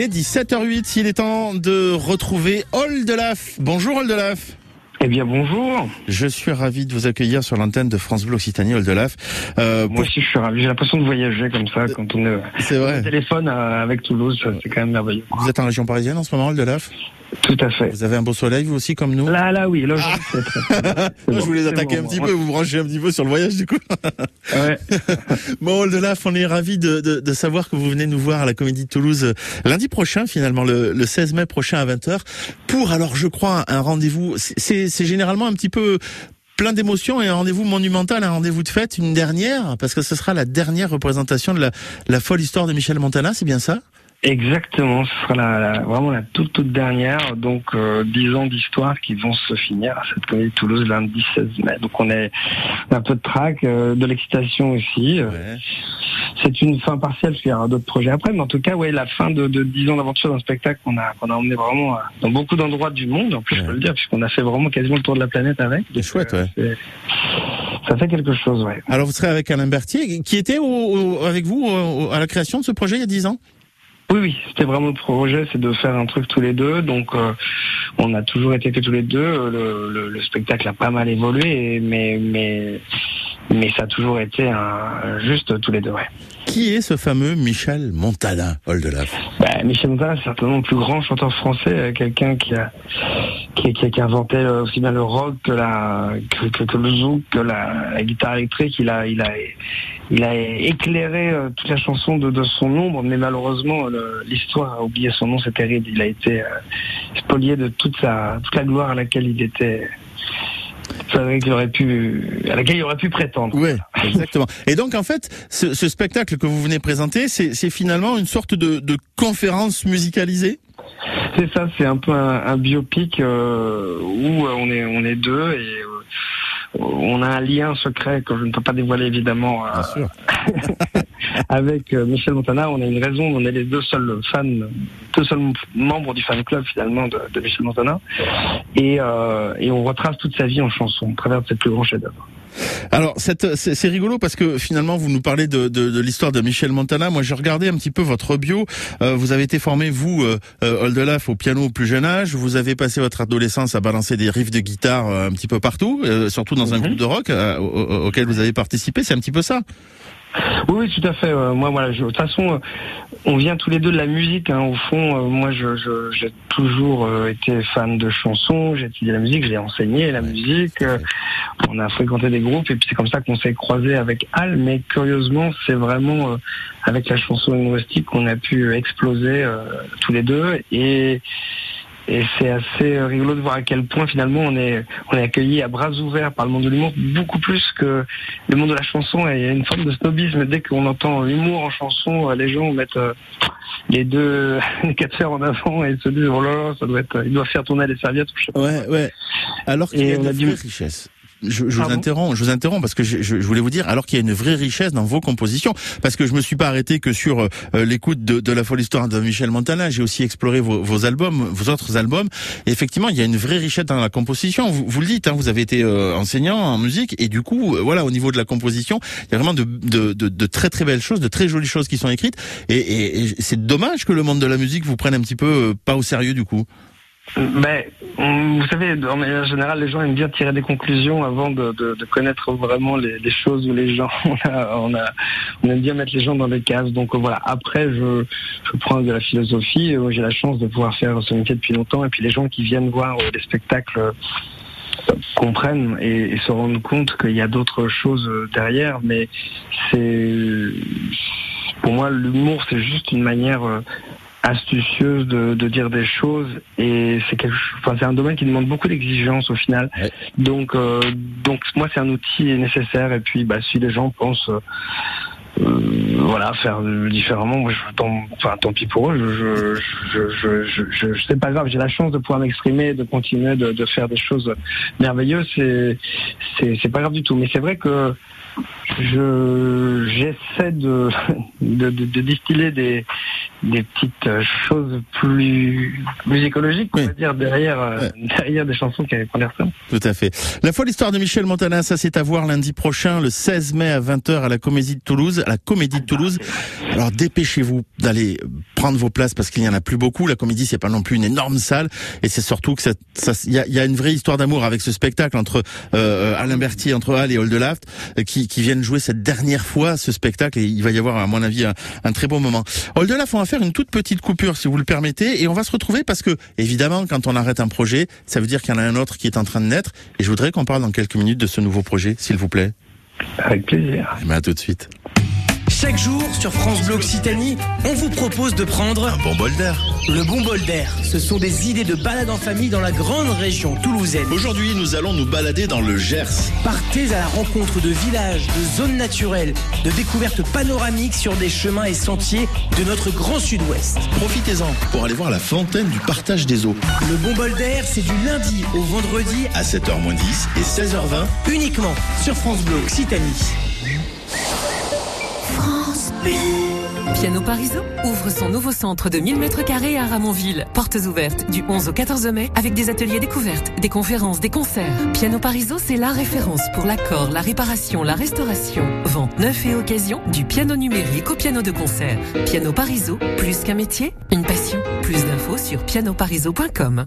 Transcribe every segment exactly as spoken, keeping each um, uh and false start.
Il est dix-sept heures huit, il est temps de retrouver Oldelaf. Bonjour Oldelaf. Eh bien bonjour. Je suis ravi de vous accueillir sur l'antenne de France Bleu Occitanie, Oldelaf. Euh, Moi pour... aussi je suis ravi, j'ai l'impression de voyager comme ça quand on est c'est vrai. au téléphone avec Toulouse, c'est quand même merveilleux. Vous êtes en région parisienne en ce moment, Oldelaf ? Tout à fait. Vous avez un beau soleil, vous aussi, comme nous ? Là, là, oui. Là, ah. c'est très, très bon. Moi, je voulais attaquer bon, un petit bon. peu, vous branchez un petit peu sur le voyage, du coup. Ouais. Bon, Oldelaf, on est ravis de, de, de savoir que vous venez nous voir à la Comédie de Toulouse lundi prochain, finalement, le, le seize mai prochain à vingt heures, pour, alors, je crois, un rendez-vous. C'est, c'est généralement un petit peu plein d'émotions et un rendez-vous monumental, un rendez-vous de fête, une dernière, parce que ce sera la dernière représentation de la, la folle histoire de Michel Montana, c'est bien ça ? Exactement, ce sera la, la, vraiment la toute toute dernière, donc euh, dix ans d'histoire qui vont se finir à cette Comédie de Toulouse lundi seize mai. Donc on est un peu de trac, euh, de l'excitation aussi. Ouais. C'est une fin partielle parce qu'il y aura d'autres projets après, mais en tout cas, ouais, la fin de, de dix ans d'aventure d'un spectacle qu'on a qu'on a emmené vraiment dans beaucoup d'endroits du monde. En plus, ouais. Je peux le dire, puisqu'on a fait vraiment quasiment le tour de la planète avec. C'est chouette, ouais. C'est, ça fait quelque chose, ouais. Alors vous serez avec Alain Berthier, qui était au, au, avec vous au, à la création de ce projet il y a dix ans. Oui, oui, c'était vraiment le projet, c'est de faire un truc tous les deux. Donc, euh, on a toujours été que tous les deux. Le, le, le spectacle a pas mal évolué, mais mais mais ça a toujours été un, juste tous les deux, ouais. Qui est ce fameux Michel Montana, Oldelaf ? Bah, Michel Montana, c'est certainement le plus grand chanteur français, quelqu'un qui a qui, qui, qui a inventé aussi bien le rock que la que, que, que le zouk, que la, la guitare électrique. Il a il a il a éclairé toute la chanson de, de son ombre, mais malheureusement le, l'histoire a oublié son nom, c'est terrible. Il a été euh, spolié de toute sa toute la gloire à laquelle il était. Qu'il aurait pu, à laquelle il aurait pu prétendre. Oui, exactement. Et donc, en fait, ce, ce spectacle que vous venez présenter, c'est, c'est finalement une sorte de, de conférence musicalisée ? C'est ça, c'est un peu un, un biopic euh, où on est, on est deux et euh, on a un lien secret que je ne peux pas dévoiler évidemment. Bien sûr. Avec euh, Michel Montana, on a une raison, on est les deux seuls fans, deux seuls membres du fan club finalement de, de Michel Montana, et, euh, et on retrace toute sa vie en chanson, au travers de cette plus grande chef-d'œuvre. Alors, cette, c'est, c'est rigolo parce que finalement, vous nous parlez de, de, de l'histoire de Michel Montana. Moi, j'ai regardé un petit peu votre bio. Euh, vous avez été formé, vous, euh, Oldelaf, au piano au plus jeune âge. Vous avez passé votre adolescence à balancer des riffs de guitare euh, un petit peu partout, euh, surtout dans mm-hmm. un groupe de rock euh, au, au, auquel vous avez participé. C'est un petit peu ça ? Oui, oui, tout à fait. Euh, moi, voilà. Je, de toute façon, euh, on vient tous les deux de la musique. Hein, au fond, euh, moi, je, je, j'ai toujours euh, été fan de chansons. J'ai étudié la musique, j'ai enseigné la musique. Euh, on a fréquenté des groupes et puis c'est comme ça qu'on s'est croisés avec Al. Mais curieusement, c'est vraiment euh, avec la chanson humoristique qu'on a pu exploser euh, tous les deux et. Et c'est assez rigolo de voir à quel point finalement on est on est accueillis à bras ouverts par le monde de l'humour, beaucoup plus que le monde de la chanson. Et il y a une forme de snobisme dès qu'on entend l'humour en chanson, les gens mettent les deux les quatre fers en avant et se disent oh là là, ça doit être, il doit faire tourner les serviettes. Je sais pas. Ouais, ouais. Alors qu'il y a une vraie richesse. Je, je vous interromps, je vous interromps parce que je, je, je voulais vous dire, alors qu'il y a une vraie richesse dans vos compositions, parce que je me suis pas arrêté que sur euh, l'écoute de, de la folle histoire de Michel Montana, j'ai aussi exploré vos, vos albums, vos autres albums, et effectivement, il y a une vraie richesse dans la composition. Vous, vous le dites, hein, vous avez été euh, enseignant en musique, et du coup, euh, voilà, au niveau de la composition, il y a vraiment de, de, de, de très très belles choses, de très jolies choses qui sont écrites, et, et, et c'est dommage que le monde de la musique vous prenne un petit peu euh, pas au sérieux du coup. Ben, vous savez, en manière générale, les gens aiment bien tirer des conclusions avant de, de, de connaître vraiment les, les choses ou les gens. On, a, on, a, on aime bien mettre les gens dans des cases. Donc voilà. Après, je, je prends de la philosophie. J'ai la chance de pouvoir faire ce métier depuis longtemps. Et puis les gens qui viennent voir les spectacles comprennent et, et se rendent compte qu'il y a d'autres choses derrière. Mais c'est, pour moi, l'humour, c'est juste une manière astucieuse de, de dire des choses et c'est quelque, enfin c'est un domaine qui demande beaucoup d'exigences au final. Ouais. Donc euh, donc moi c'est un outil nécessaire et puis bah si les gens pensent euh, euh, voilà faire différemment, moi je tant, enfin tant pis pour eux. Je je je je, je, je c'est pas grave. J'ai la chance de pouvoir m'exprimer, de continuer de, de faire des choses merveilleuses. C'est c'est c'est pas grave du tout. Mais c'est vrai que je j'essaie de de, de, de distiller des des petites choses plus plus écologiques, on oui. va dire derrière ouais. derrière des chansons qui avaient pas l'air simple. Tout à fait. La folle histoire de Michel Montana, ça c'est à voir lundi prochain, le seize mai à vingt heures à la Comédie de Toulouse, à la Comédie de Toulouse. Alors dépêchez-vous d'aller prendre vos places parce qu'il y en a plus beaucoup. La Comédie, c'est pas non plus une énorme salle, et c'est surtout que ça il y a, y a une vraie histoire d'amour avec ce spectacle entre euh, Alain Berthier, entre Halle et Holdelaft, euh, qui qui viennent jouer cette dernière fois ce spectacle, et il va y avoir à mon avis un, un très beau moment. Holdelaft, on va faire une toute petite coupure si vous le permettez, et on va se retrouver parce que évidemment quand on arrête un projet, ça veut dire qu'il y en a un autre qui est en train de naître, et je voudrais qu'on parle dans quelques minutes de ce nouveau projet, s'il vous plaît. Avec plaisir. Et bien à tout de suite. Chaque jour, sur France Bleu Occitanie, on vous propose de prendre un bon bol d'air. Le bon bol d'air, ce sont des idées de balade en famille dans la grande région toulousaine. Aujourd'hui, nous allons nous balader dans le Gers. Partez à la rencontre de villages, de zones naturelles, de découvertes panoramiques sur des chemins et sentiers de notre grand sud-ouest. Profitez-en pour aller voir la fontaine du partage des eaux. Le bon bol d'air, c'est du lundi au vendredi à sept heures moins dix et seize heures vingt, uniquement sur France Bleu Occitanie. France Bleu. Piano Parizeau ouvre son nouveau centre de mille mètres carrés à Ramonville. Portes ouvertes du onze au quatorze mai avec des ateliers découvertes, des conférences, des concerts. Piano Parizeau, c'est la référence pour l'accord, la réparation, la restauration. Vente neuf et occasion du piano numérique au piano de concert. Piano Parizeau, plus qu'un métier, une passion. Plus d'infos sur piano parizeau point com.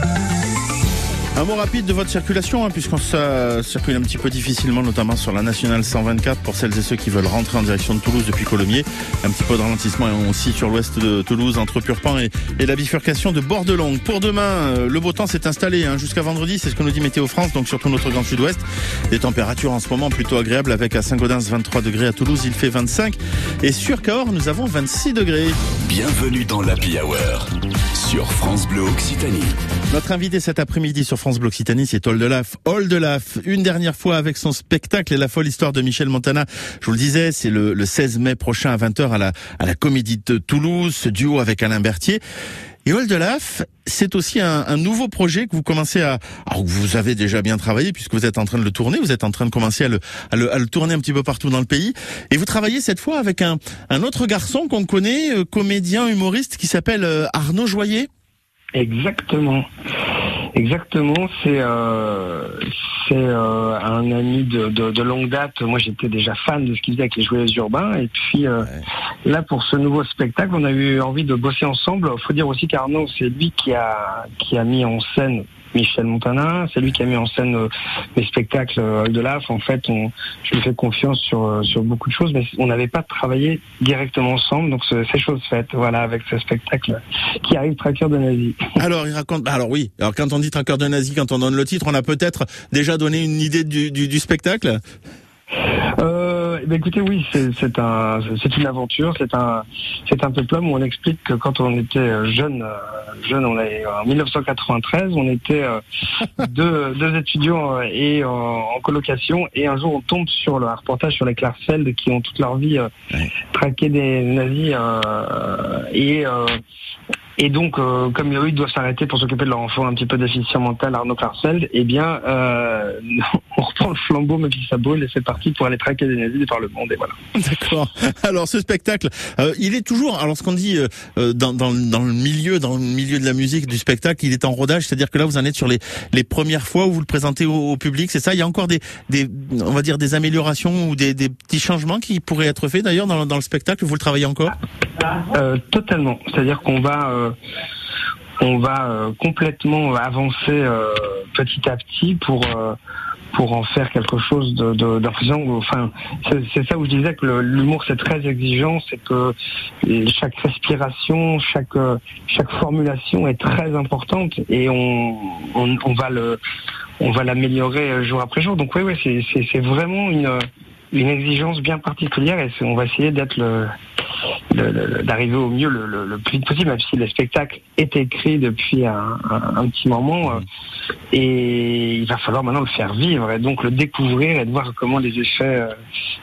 Un mot rapide de votre circulation, hein, puisqu'on ça circule un petit peu difficilement, notamment sur la nationale cent vingt-quatre, pour celles et ceux qui veulent rentrer en direction de Toulouse depuis Colomiers. Un petit peu de ralentissement aussi sur l'ouest de Toulouse, entre Purpan et, et la bifurcation de Bordelongue. Pour demain, euh, le beau temps s'est installé hein, jusqu'à vendredi, c'est ce que nous dit Météo France, donc surtout notre grand sud-ouest. Des températures en ce moment plutôt agréables, avec à Saint-Gaudens vingt-trois degrés, à Toulouse il fait vingt-cinq, et sur Cahors nous avons vingt-six degrés. Bienvenue dans l'Happy Hour sur France Bleu Occitanie. Notre invité cet après-midi sur France Bleu Occitanie, c'est Holdelaft. Holdelaft, une dernière fois avec son spectacle et la folle histoire de Michel Montana. Je vous le disais, c'est le, le seize mai prochain à vingt heures à la, à la Comédie de Toulouse, ce duo avec Alain Berthier. Et Holdelaft, c'est aussi un, un nouveau projet que vous commencez à... Alors vous avez déjà bien travaillé puisque vous êtes en train de le tourner, vous êtes en train de commencer à le, à le, à le tourner un petit peu partout dans le pays. Et vous travaillez cette fois avec un, un autre garçon qu'on connaît, euh, comédien, humoriste, qui s'appelle euh, Arnaud Joyer. Exactement. Exactement, c'est euh, c'est euh, un ami de, de, de longue date. Moi, j'étais déjà fan de ce qu'il faisait avec les Joyeux Urbains. Et puis euh, ouais. là, pour ce nouveau spectacle, on a eu envie de bosser ensemble. Il faut dire aussi qu'Arnaud, c'est lui qui a qui a mis en scène Michel Montana, c'est lui qui a mis en scène euh, les spectacles euh, de l'A F. En fait, on, je lui fais confiance sur euh, sur beaucoup de choses, mais on n'avait pas travaillé directement ensemble, donc c'est chose faite. Voilà, avec ce spectacle qui arrive, Traqueur de nazi. Alors, il raconte. Alors oui. Alors quand on dit Traqueur de nazi, quand on donne le titre, on a peut-être déjà donné une idée du du, du spectacle. Euh, ben écoutez, oui, c'est, c'est un, c'est une aventure, c'est un, c'est un peplum où on explique que quand on était jeune, jeune, on est en dix-neuf cent quatre-vingt-treize, on était deux, deux étudiants et en, en colocation, et un jour on tombe sur le reportage sur les Klarsfeld qui ont toute leur vie euh, traqué des nazis euh, et euh, Et donc, euh, comme eux, ils doivent s'arrêter pour s'occuper de leur enfant un petit peu déficient mental, Arnaud Klarsfeld, eh bien, euh, on reprend le flambeau, même si ça brûle, et c'est parti pour aller traquer des nazis de par le monde, et voilà. D'accord. Alors, ce spectacle, euh, il est toujours, alors ce qu'on dit euh, dans, dans, dans le milieu, dans le milieu de la musique, du spectacle, il est en rodage, c'est-à-dire que là, vous en êtes sur les, les premières fois où vous le présentez au, au public, c'est ça? Il y a encore des, des, on va dire, des améliorations ou des, des petits changements qui pourraient être faits, d'ailleurs, dans, dans le spectacle, vous le travaillez encore? euh, Totalement. C'est-à-dire qu'on va... Euh, on va euh, complètement avancer euh, petit à petit pour euh, pour en faire quelque chose de, de d'impressionnant. Enfin, c'est, c'est ça où je disais que le, l'humour c'est très exigeant, c'est que chaque respiration, chaque chaque formulation est très importante et on on, on va le on va l'améliorer jour après jour. Donc oui, oui, c'est c'est, c'est vraiment une une exigence bien particulière et on va essayer d'être le Le, le, d'arriver au mieux le, le, le plus vite possible, même si le spectacle est écrit depuis un, un, un petit moment euh, et il va falloir maintenant le faire vivre et donc le découvrir et de voir comment les effets euh,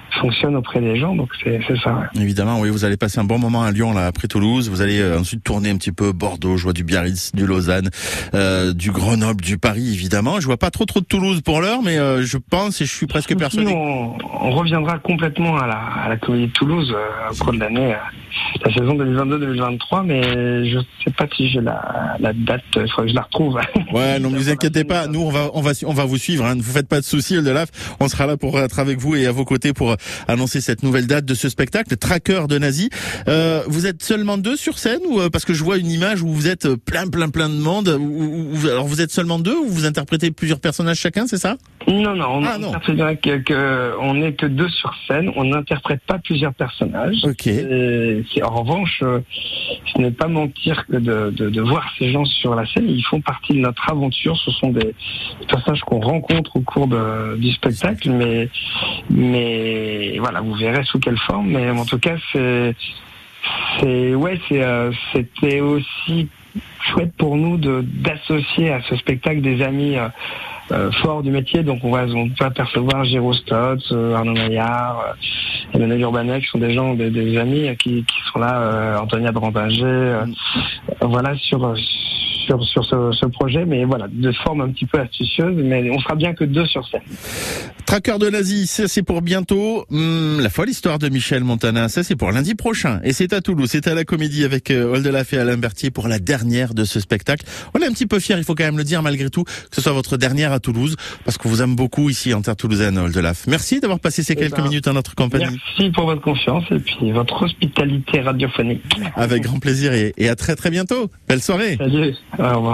fonctionne auprès des gens, donc c'est, c'est ça. Ouais. Évidemment, oui, vous allez passer un bon moment à Lyon, là, après Toulouse. Vous allez euh, ensuite tourner un petit peu Bordeaux, je vois du Biarritz, du Lausanne, euh, du Grenoble, du Paris, évidemment. Je vois pas trop trop de Toulouse pour l'heure, mais euh, je pense et je suis presque persuadé. On, on reviendra complètement à la, à la Comédie de Toulouse euh, au cours de l'année, euh, la saison deux mille vingt-deux deux mille vingt-trois, mais je sais pas si j'ai la, la date, il faudrait que je la retrouve. Ouais, non, ne vous inquiétez pas, nous on va on va on va vous suivre, hein. Ne vous faites pas de soucis, Oldelaf. On sera là pour être avec vous et à vos côtés pour annoncer cette nouvelle date de ce spectacle, Traqueur de nazis. Euh, vous êtes seulement deux sur scène ou parce que je vois une image où vous êtes plein plein plein de monde. Ou, ou, alors vous êtes seulement deux ou vous interprétez plusieurs personnages chacun, c'est ça? Non, non, on ah, non. que, que on n'est que deux sur scène, on n'interprète pas plusieurs personnages. Ok. Et, c'est, en revanche, euh, ce n'est pas mentir que de, de, de voir ces gens sur la scène, ils font partie de notre aventure. Ce sont des, des personnages qu'on rencontre au cours de, du spectacle, mais mais voilà, vous verrez sous quelle forme. Mais en tout cas, c'est c'est ouais, c'est euh, c'était aussi chouette pour nous de d'associer à ce spectacle des amis euh, euh, forts du métier. Donc on va on peut apercevoir Géraud Stott, euh, Arnaud Maillard, euh, Emmanuel Urbanet, qui sont des gens, des, des amis qui, qui sont là, euh, Antonia Brandinger, euh, voilà sur sur sur ce, ce projet, mais voilà, de forme un petit peu astucieuse, mais on sera bien que deux sur scène. Traqueur de nazis, ça c'est pour bientôt. Hum, la folle histoire de Michel Montana, ça c'est pour lundi prochain. Et c'est à Toulouse, c'est à la Comédie avec euh, Oldelaf et Alain Berthier pour la dernière de ce spectacle. On est un petit peu fiers, il faut quand même le dire malgré tout, que ce soit votre dernière à Toulouse, parce qu'on vous aime beaucoup ici en terre toulousaine, Oldelaf. Merci d'avoir passé ces et quelques ben, minutes à notre compagnie. Merci pour votre confiance et puis votre hospitalité radiophonique. Avec grand plaisir et, et à très très bientôt. Belle soirée. Salut. Au revoir.